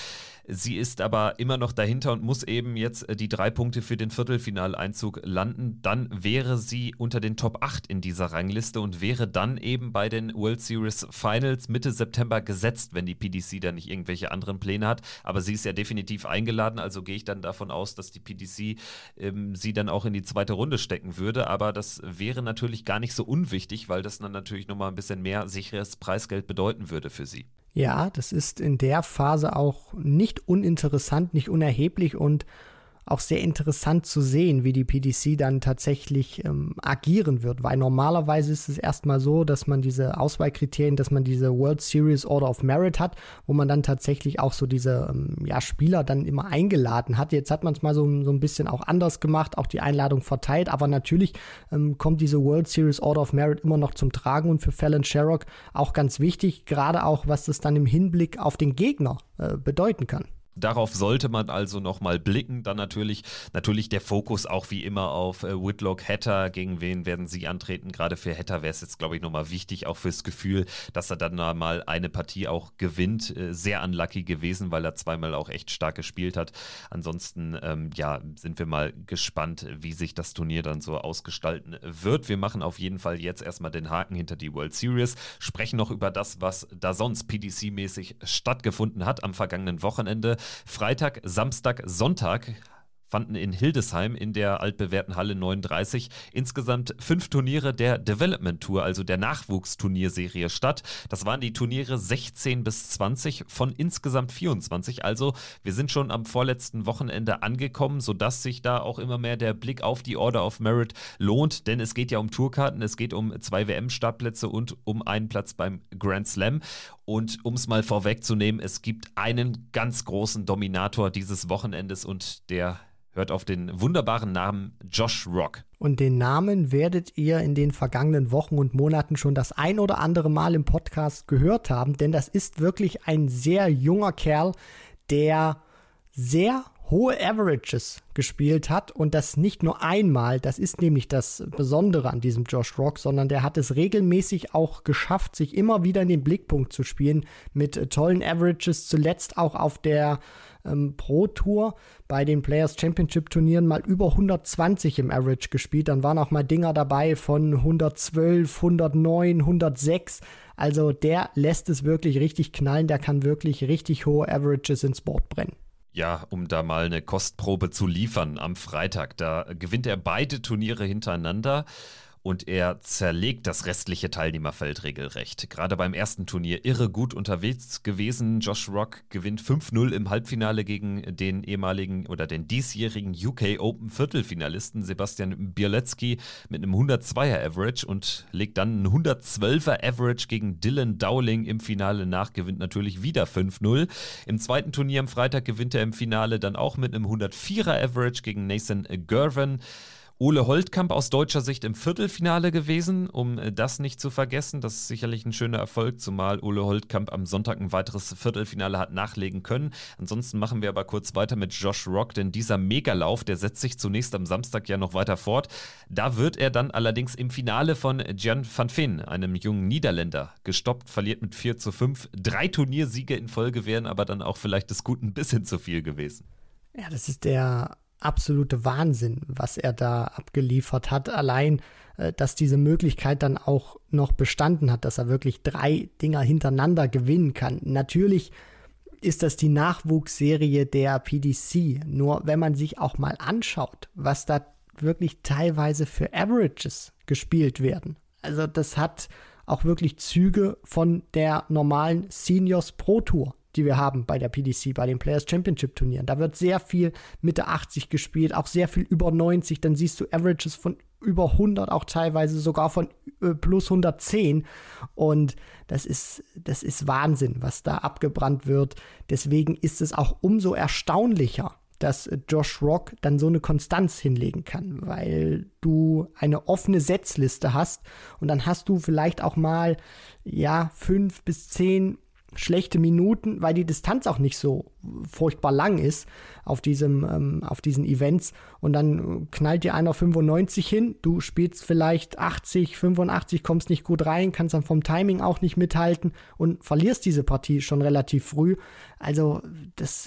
Sie ist aber immer noch dahinter und muss eben jetzt die drei Punkte für den Viertelfinaleinzug landen. Dann wäre sie unter den Top acht in dieser Rangliste und wäre dann eben bei den World Series Finals Mitte September gesetzt, wenn die P D C dann nicht irgendwelche anderen Pläne hat. Aber sie ist ja definitiv eingeladen, also gehe ich dann davon aus, dass die P D C ähm, sie dann auch in die zweite Runde stecken würde. Aber das wäre natürlich gar nicht so unwichtig, weil das dann natürlich nochmal ein bisschen mehr sicheres Preisgeld bedeuten würde für sie. Ja, das ist in der Phase auch nicht uninteressant, nicht unerheblich und auch sehr interessant zu sehen, wie die P D C dann tatsächlich ähm, agieren wird, weil normalerweise ist es erstmal so, dass man diese Auswahlkriterien, dass man diese World Series Order of Merit hat, wo man dann tatsächlich auch so diese ähm, ja, Spieler dann immer eingeladen hat. Jetzt hat man es mal so, so ein bisschen auch anders gemacht, auch die Einladung verteilt, aber natürlich ähm, kommt diese World Series Order of Merit immer noch zum Tragen und für Fallon Sherrock auch ganz wichtig, gerade auch, was das dann im Hinblick auf den Gegner äh, bedeuten kann. Darauf sollte man also nochmal blicken. Dann natürlich, natürlich der Fokus auch wie immer auf äh, Whitlock, Hatter. Gegen wen werden sie antreten? Gerade für Hatter wäre es jetzt, glaube ich, nochmal wichtig, auch fürs Gefühl, dass er dann mal eine Partie auch gewinnt. Äh, sehr unlucky gewesen, weil er zweimal auch echt stark gespielt hat. Ansonsten, ähm, ja, sind wir mal gespannt, wie sich das Turnier dann so ausgestalten wird. Wir machen auf jeden Fall jetzt erstmal den Haken hinter die World Series, sprechen noch über das, was da sonst P D C-mäßig stattgefunden hat am vergangenen Wochenende. Freitag, Samstag, Sonntag fanden in Hildesheim in der altbewährten Halle neununddreißig insgesamt fünf Turniere der Development Tour, also der Nachwuchsturnierserie statt. Das waren die Turniere sechzehn bis zwanzig von insgesamt vierundzwanzig. Also wir sind schon am vorletzten Wochenende angekommen, sodass sich da auch immer mehr der Blick auf die Order of Merit lohnt, denn es geht ja um Tourkarten, es geht um zwei W M-Startplätze und um einen Platz beim Grand Slam. Und um es mal vorwegzunehmen, es gibt einen ganz großen Dominator dieses Wochenendes und der hört auf den wunderbaren Namen Josh Rock. Und den Namen werdet ihr in den vergangenen Wochen und Monaten schon das ein oder andere Mal im Podcast gehört haben, denn das ist wirklich ein sehr junger Kerl, der sehr hohe Averages gespielt hat und das nicht nur einmal, das ist nämlich das Besondere an diesem Josh Rock, sondern der hat es regelmäßig auch geschafft, sich immer wieder in den Blickpunkt zu spielen mit äh, tollen Averages, zuletzt auch auf der ähm, Pro Tour bei den Players Championship Turnieren mal über hundertzwanzig im Average gespielt, dann waren auch mal Dinger dabei von hundertzwölf, hundertneun, hundertsechs, also der lässt es wirklich richtig knallen, der kann wirklich richtig hohe Averages ins Board brennen. Ja, um da mal eine Kostprobe zu liefern am Freitag. Da gewinnt er beide Turniere hintereinander und er zerlegt das restliche Teilnehmerfeld regelrecht. Gerade beim ersten Turnier irre gut unterwegs gewesen. Josh Rock gewinnt fünf null im Halbfinale gegen den ehemaligen oder den diesjährigen U K Open Viertelfinalisten Sebastian Bialecki mit einem hundertzweier Average und legt dann einen hundertzwölfer Average gegen Dylan Dowling im Finale nach, gewinnt natürlich wieder fünf null. Im zweiten Turnier am Freitag gewinnt er im Finale dann auch mit einem hundertvierer Average gegen Nathan Gervin. Ole Holtkamp aus deutscher Sicht im Viertelfinale gewesen, um das nicht zu vergessen. Das ist sicherlich ein schöner Erfolg, zumal Ole Holtkamp am Sonntag ein weiteres Viertelfinale hat nachlegen können. Ansonsten machen wir aber kurz weiter mit Josh Rock, denn dieser Megalauf, der setzt sich zunächst am Samstag ja noch weiter fort. Da wird er dann allerdings im Finale von Gian van Veen, einem jungen Niederländer, gestoppt, verliert mit vier zu fünf. Drei Turniersiege in Folge wären aber dann auch vielleicht des Guten ein bisschen zu viel gewesen. Ja, das ist der absolute Wahnsinn, was er da abgeliefert hat. Allein, äh, dass diese Möglichkeit dann auch noch bestanden hat, dass er wirklich drei Dinger hintereinander gewinnen kann. Natürlich ist das die Nachwuchsserie der P D C. Nur wenn man sich auch mal anschaut, was da wirklich teilweise für Averages gespielt werden. Also das hat auch wirklich Züge von der normalen Seniors Pro Tour, die wir haben bei der P D C, bei den Players Championship Turnieren. Da wird sehr viel Mitte achtzig gespielt, auch sehr viel über neunzig. Dann siehst du Averages von über hundert, auch teilweise sogar von äh, plus hundertzehn. Und das ist, das ist Wahnsinn, was da abgebrannt wird. Deswegen ist es auch umso erstaunlicher, dass Josh Rock dann so eine Konstanz hinlegen kann, weil du eine offene Setzliste hast und dann hast du vielleicht auch mal ja fünf bis zehn schlechte Minuten, weil die Distanz auch nicht so furchtbar lang ist auf diesem, ähm, auf diesen Events und dann knallt dir einer fünfundneunzig hin, du spielst vielleicht achtzig, fünfundachtzig, kommst nicht gut rein, kannst dann vom Timing auch nicht mithalten und verlierst diese Partie schon relativ früh. Also das,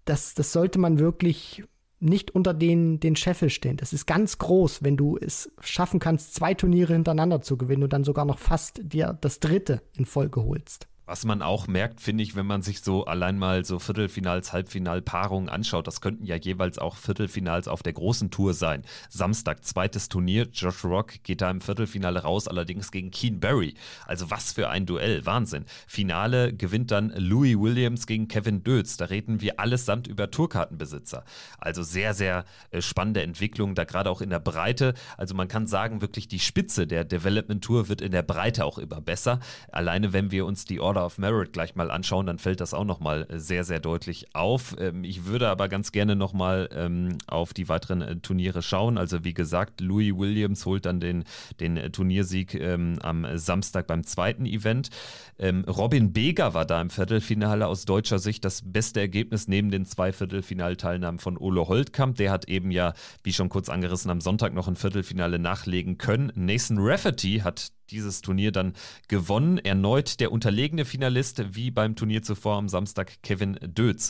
das, das sollte man wirklich nicht unter den, den Scheffel stehen. Das ist ganz groß, wenn du es schaffen kannst, zwei Turniere hintereinander zu gewinnen und dann sogar noch fast dir das dritte in Folge holst. Was man auch merkt, finde ich, wenn man sich so allein mal so Viertelfinals, Halbfinalpaarungen anschaut, das könnten ja jeweils auch Viertelfinals auf der großen Tour sein. Samstag, zweites Turnier, Josh Rock geht da im Viertelfinale raus, allerdings gegen Keane Barry. Also was für ein Duell, Wahnsinn. Finale gewinnt dann Louis Williams gegen Kevin Dötz. Da reden wir allesamt über Tourkartenbesitzer. Also sehr, sehr äh, spannende Entwicklung, da gerade auch in der Breite. Also man kann sagen, wirklich die Spitze der Development Tour wird in der Breite auch immer besser. Alleine wenn wir uns die Order of Merit gleich mal anschauen, dann fällt das auch nochmal sehr, sehr deutlich auf. Ähm, ich würde aber ganz gerne nochmal ähm, auf die weiteren äh, Turniere schauen. Also wie gesagt, Louis Williams holt dann den, den äh, Turniersieg ähm, am Samstag beim zweiten Event. Ähm, Robin Beger war da im Viertelfinale aus deutscher Sicht das beste Ergebnis neben den zwei Viertelfinalteilnahmen von Ole Holtkamp. Der hat eben ja, wie schon kurz angerissen, am Sonntag noch ein Viertelfinale nachlegen können. Nathan Rafferty hat dieses Turnier dann gewonnen. Erneut der unterlegene Finalist, wie beim Turnier zuvor am Samstag Kevin Dötz.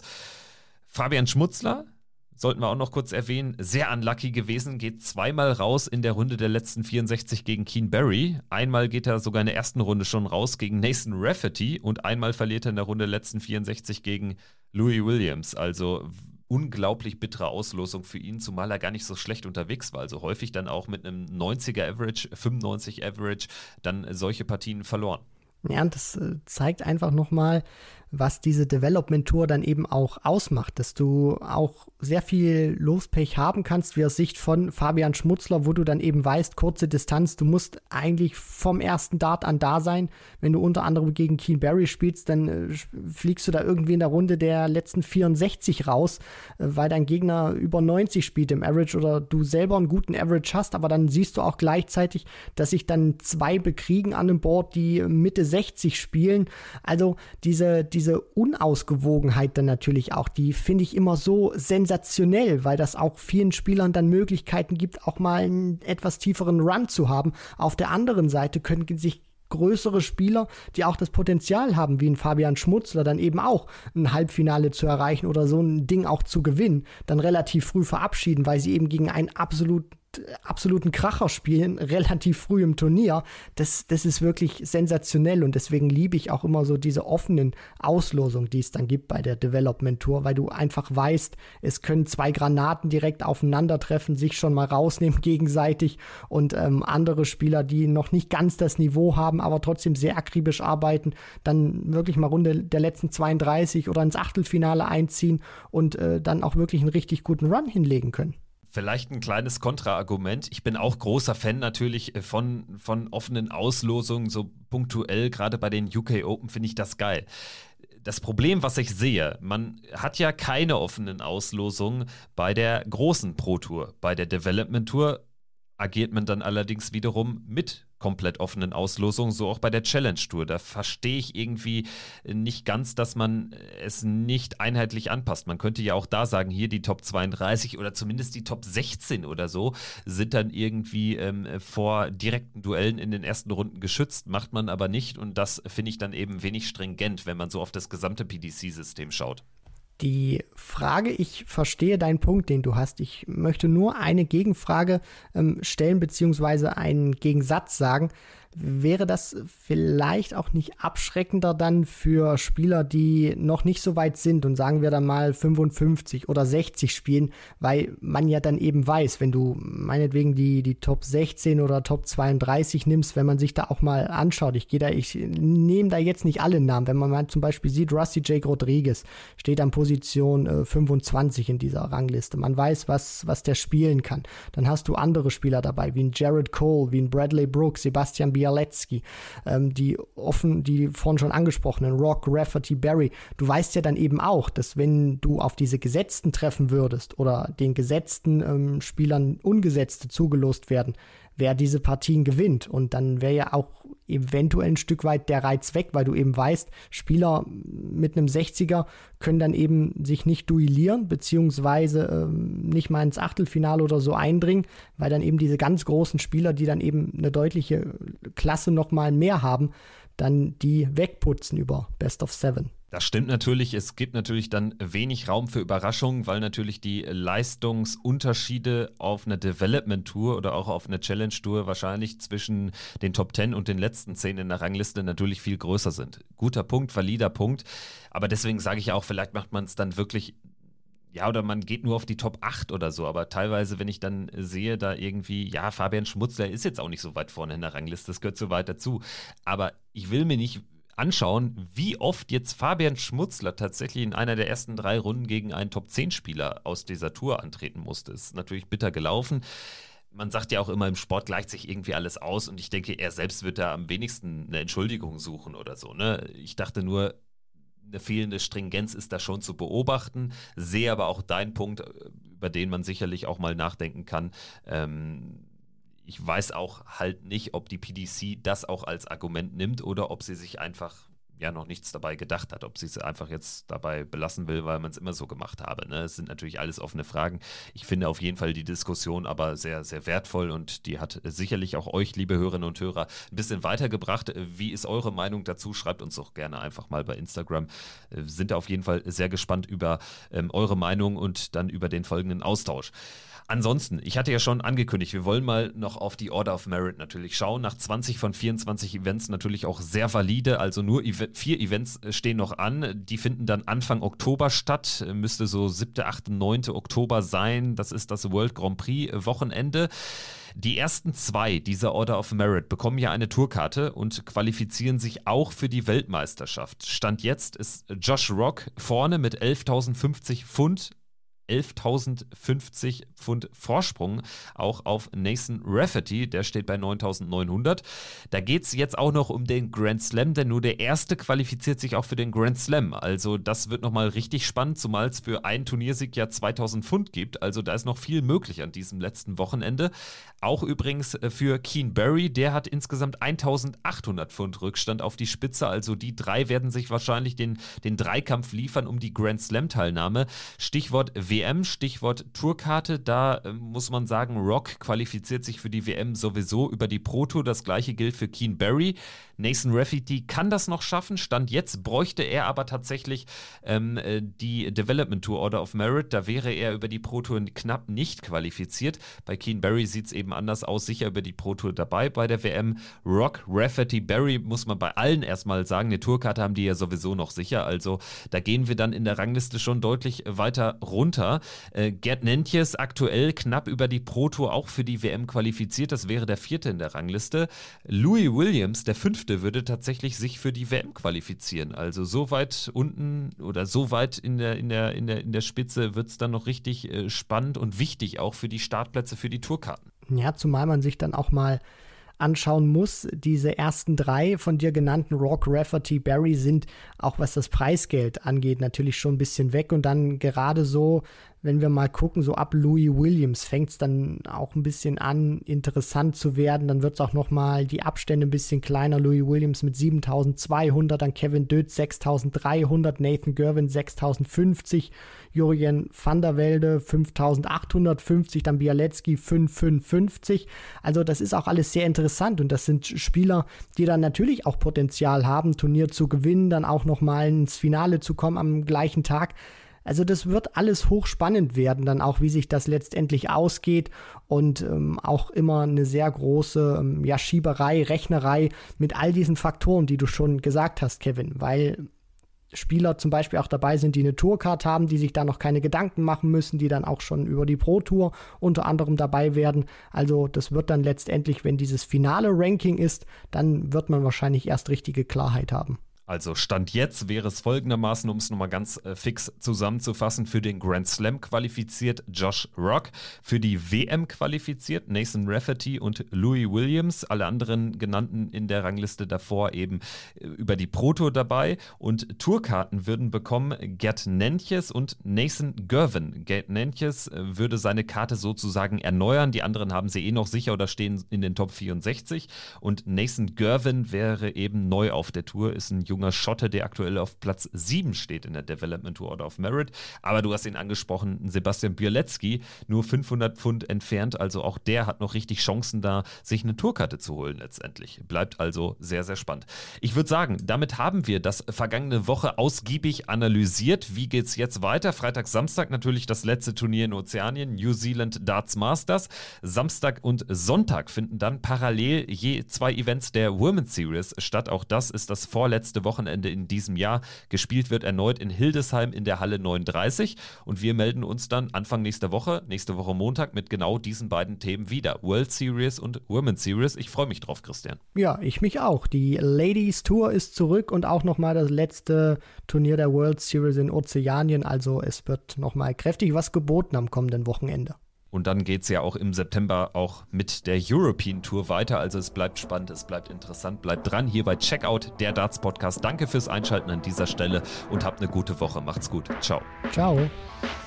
Fabian Schmutzler, sollten wir auch noch kurz erwähnen, sehr unlucky gewesen, geht zweimal raus in der Runde der letzten vierundsechzig gegen Keane Barry. Einmal geht er sogar in der ersten Runde schon raus gegen Nathan Rafferty und einmal verliert er in der Runde der letzten vierundsechzig gegen Louis Williams. Also unglaublich bittere Auslosung für ihn, zumal er gar nicht so schlecht unterwegs war. Also häufig dann auch mit einem neunziger Average, fünfundneunzig Average dann solche Partien verloren. Ja, und das äh, zeigt einfach nochmal, was diese Development Tour dann eben auch ausmacht, dass du auch sehr viel Lospech haben kannst, wie aus Sicht von Fabian Schmutzler, wo du dann eben weißt, kurze Distanz, du musst eigentlich vom ersten Dart an da sein. Wenn du unter anderem gegen Keane Barry spielst, dann äh, fliegst du da irgendwie in der Runde der letzten vierundsechzig raus, äh, weil dein Gegner über neunzig spielt im Average oder du selber einen guten Average hast, aber dann siehst du auch gleichzeitig, dass sich dann zwei bekriegen an dem Board, die Mitte sechzig spielen. Also diese, diese Unausgewogenheit dann natürlich auch, die finde ich immer so sensationell, weil das auch vielen Spielern dann Möglichkeiten gibt, auch mal einen etwas tieferen Run zu haben. Auf der anderen Seite können sich größere Spieler, die auch das Potenzial haben, wie ein Fabian Schmutzler, dann eben auch ein Halbfinale zu erreichen oder so ein Ding auch zu gewinnen, dann relativ früh verabschieden, weil sie eben gegen einen absolut absoluten Kracher spielen, relativ früh im Turnier. Das, das ist wirklich sensationell und deswegen liebe ich auch immer so diese offenen Auslosungen, die es dann gibt bei der Development Tour, weil du einfach weißt, es können zwei Granaten direkt aufeinandertreffen, sich schon mal rausnehmen gegenseitig und ähm, andere Spieler, die noch nicht ganz das Niveau haben, aber trotzdem sehr akribisch arbeiten, dann wirklich mal Runde der letzten zweiunddreißig oder ins Achtelfinale einziehen und äh, dann auch wirklich einen richtig guten Run hinlegen können. Vielleicht ein kleines Kontraargument. Ich bin auch großer Fan natürlich von, von offenen Auslosungen, so punktuell, gerade bei den U K Open finde ich das geil. Das Problem, was ich sehe, man hat ja keine offenen Auslosungen bei der großen Pro Tour. Bei der Development Tour agiert man dann allerdings wiederum mit komplett offenen Auslosungen, so auch bei der Challenge Tour. Da verstehe ich irgendwie nicht ganz, dass man es nicht einheitlich anpasst. Man könnte ja auch da sagen, hier die Top zweiunddreißig oder zumindest die Top sechzehn oder so sind dann irgendwie ähm, vor direkten Duellen in den ersten Runden geschützt, macht man aber nicht und das finde ich dann eben wenig stringent, wenn man so auf das gesamte P D C-System schaut. Die Frage, ich verstehe deinen Punkt, den du hast. Ich möchte nur eine Gegenfrage ähm, stellen, beziehungsweise einen Gegensatz sagen. Wäre das vielleicht auch nicht abschreckender dann für Spieler, die noch nicht so weit sind und sagen wir dann mal fünfundfünfzig oder sechzig spielen, weil man ja dann eben weiß, wenn du meinetwegen die, die Top sechzehn oder Top zweiunddreißig nimmst, wenn man sich da auch mal anschaut, ich gehe da, ich nehme da jetzt nicht alle Namen, wenn man mal zum Beispiel sieht, Rusty Jake Rodriguez steht an Position äh, fünfundzwanzig in dieser Rangliste, man weiß, was, was der spielen kann, dann hast du andere Spieler dabei, wie ein Jared Cole, wie ein Bradley Brooks, Sebastian Biel Bialetsky, ähm, die offen, die vorhin schon angesprochenen Rock, Rafferty, Barry. Du weißt ja dann eben auch, dass wenn du auf diese Gesetzten treffen würdest oder den gesetzten ähm, Spielern Ungesetzte zugelost werden, wer diese Partien gewinnt. Und dann wäre ja auch eventuell ein Stück weit der Reiz weg, weil du eben weißt, Spieler mit einem sechziger können dann eben sich nicht duellieren, beziehungsweise ähm, nicht mal ins Achtelfinale oder so eindringen, weil dann eben diese ganz großen Spieler, die dann eben eine deutliche Klasse nochmal mehr haben, dann die wegputzen über Best of Seven. Das stimmt natürlich. Es gibt natürlich dann wenig Raum für Überraschungen, weil natürlich die Leistungsunterschiede auf einer Development-Tour oder auch auf einer Challenge-Tour wahrscheinlich zwischen den Top zehn und den letzten zehn in der Rangliste natürlich viel größer sind. Guter Punkt, valider Punkt. Aber deswegen sage ich ja auch, vielleicht macht man es dann wirklich, ja, oder man geht nur auf die Top acht oder so. Aber teilweise, wenn ich dann sehe, da irgendwie, ja, Fabian Schmutzler ist jetzt auch nicht so weit vorne in der Rangliste, das gehört so weit dazu. Aber ich will mir nicht anschauen, wie oft jetzt Fabian Schmutzler tatsächlich in einer der ersten drei Runden gegen einen Top zehn Spieler aus dieser Tour antreten musste. Ist natürlich bitter gelaufen. Man sagt ja auch immer, im Sport gleicht sich irgendwie alles aus und ich denke, er selbst wird da am wenigsten eine Entschuldigung suchen oder so, ne? Ich dachte nur, eine fehlende Stringenz ist da schon zu beobachten, sehe aber auch deinen Punkt, über den man sicherlich auch mal nachdenken kann. Ähm, Ich weiß auch halt nicht, ob die P D C das auch als Argument nimmt oder ob sie sich einfach ja noch nichts dabei gedacht hat, ob sie es einfach jetzt dabei belassen will, weil man es immer so gemacht habe. Ne? Es sind natürlich alles offene Fragen. Ich finde auf jeden Fall die Diskussion aber sehr, sehr wertvoll und die hat sicherlich auch euch, liebe Hörerinnen und Hörer, ein bisschen weitergebracht. Wie ist eure Meinung dazu? Schreibt uns doch gerne einfach mal bei Instagram. Wir sind auf jeden Fall sehr gespannt über ähm, eure Meinung und dann über den folgenden Austausch. Ansonsten, ich hatte ja schon angekündigt, wir wollen mal noch auf die Order of Merit natürlich schauen. Nach zwanzig von vierundzwanzig Events natürlich auch sehr valide, also nur vier Events stehen noch an. Die finden dann Anfang Oktober statt, müsste so siebter, achter, neunter Oktober sein. Das ist das World Grand Prix Wochenende. Die ersten zwei dieser Order of Merit bekommen ja eine Tourkarte und qualifizieren sich auch für die Weltmeisterschaft. Stand jetzt ist Josh Rock vorne mit elftausendfünfzig Pfund. elftausendfünfzig Pfund Vorsprung auch auf Nathan Rafferty, der steht bei neuntausendneunhundert. Da geht es jetzt auch noch um den Grand Slam, denn nur der Erste qualifiziert sich auch für den Grand Slam. Also das wird nochmal richtig spannend, zumal es für einen Turniersieg ja zweitausend Pfund gibt. Also da ist noch viel möglich an diesem letzten Wochenende. Auch übrigens für Keane Barry, der hat insgesamt eintausendachthundert Pfund Rückstand auf die Spitze. Also die drei werden sich wahrscheinlich den, den Dreikampf liefern um die Grand Slam Teilnahme. Stichwort W M, Stichwort Tourkarte, da äh, muss man sagen, Rock qualifiziert sich für die W M sowieso über die Pro Tour, das gleiche gilt für Keane Barry. Nathan Rafferty kann das noch schaffen, Stand jetzt bräuchte er aber tatsächlich ähm, äh, die Development Tour Order of Merit, da wäre er über die Pro Tour knapp nicht qualifiziert. Bei Keane Barry sieht es eben anders aus, sicher über die Pro Tour dabei bei der W M. Rock, Rafferty, Barry muss man bei allen erstmal sagen, eine Tourkarte haben die ja sowieso noch sicher, also da gehen wir dann in der Rangliste schon deutlich weiter runter. Äh, Gerd Nentjes aktuell knapp über die Pro Tour auch für die W M qualifiziert, das wäre der vierte in der Rangliste. Louis Williams, der fünfte, würde tatsächlich sich für die W M qualifizieren. Also so weit unten oder so weit in der, in der, in der, in der Spitze wird es dann noch richtig äh, spannend und wichtig auch für die Startplätze für die Tourkarten. Ja, zumal man sich dann auch mal anschauen muss, diese ersten drei von dir genannten, Rock, Rafferty, Barry, sind auch was das Preisgeld angeht natürlich schon ein bisschen weg und dann gerade so, wenn wir mal gucken, so ab Louis Williams fängt es dann auch ein bisschen an, interessant zu werden. Dann wird es auch nochmal die Abstände ein bisschen kleiner. Louis Williams mit siebentausendzweihundert, dann Kevin Dötz sechstausenddreihundert, Nathan Gervin sechstausendfünfzig, Jurjen van der Velde fünftausendachthundertfünfzig, dann Bialecki fünftausendfünfhundertfünfzig. Also das ist auch alles sehr interessant und das sind Spieler, die dann natürlich auch Potenzial haben, Turnier zu gewinnen, dann auch nochmal ins Finale zu kommen am gleichen Tag. Also das wird alles hochspannend werden, dann auch wie sich das letztendlich ausgeht und ähm, auch immer eine sehr große ähm, ja, Schieberei, Rechnerei mit all diesen Faktoren, die du schon gesagt hast, Kevin, weil Spieler zum Beispiel auch dabei sind, die eine Tourcard haben, die sich da noch keine Gedanken machen müssen, die dann auch schon über die Pro Tour unter anderem dabei werden. Also das wird dann letztendlich, wenn dieses finale Ranking ist, dann wird man wahrscheinlich erst richtige Klarheit haben. Also Stand jetzt wäre es folgendermaßen, um es nochmal ganz äh, fix zusammenzufassen, für den Grand Slam qualifiziert Josh Rock, für die W M qualifiziert Nathan Rafferty und Louis Williams, alle anderen genannten in der Rangliste davor eben äh, über die Pro Tour dabei und Tourkarten würden bekommen Gerd Nentjes und Nathan Gervin. Gerd Nentjes äh, würde seine Karte sozusagen erneuern, die anderen haben sie eh noch sicher oder stehen in den Top vierundsechzig und Nathan Gervin wäre eben neu auf der Tour, ist ein junger Schotte, der aktuell auf Platz sieben steht in der Development Order of Merit. Aber du hast ihn angesprochen, Sebastian Bialecki, nur fünfhundert Pfund entfernt. Also auch der hat noch richtig Chancen da, sich eine Tourkarte zu holen letztendlich. Bleibt also sehr, sehr spannend. Ich würde sagen, damit haben wir das vergangene Woche ausgiebig analysiert. Wie geht's jetzt weiter? Freitag, Samstag natürlich das letzte Turnier in Ozeanien, New Zealand Darts Masters. Samstag und Sonntag finden dann parallel je zwei Events der Women's Series statt. Auch das ist das vorletzte Wochenende in diesem Jahr. Gespielt wird erneut in Hildesheim in der Halle neununddreißig und wir melden uns dann Anfang nächster Woche, nächste Woche Montag mit genau diesen beiden Themen wieder. World Series und Women's Series. Ich freue mich drauf, Christian. Ja, ich mich auch. Die Ladies Tour ist zurück und auch nochmal das letzte Turnier der World Series in Ozeanien. Also es wird nochmal kräftig was geboten am kommenden Wochenende. Und dann geht es ja auch im September auch mit der European Tour weiter. Also es bleibt spannend, es bleibt interessant. Bleibt dran hier bei Checkout, der Darts Podcast. Danke fürs Einschalten an dieser Stelle und habt eine gute Woche. Macht's gut. Ciao. Ciao.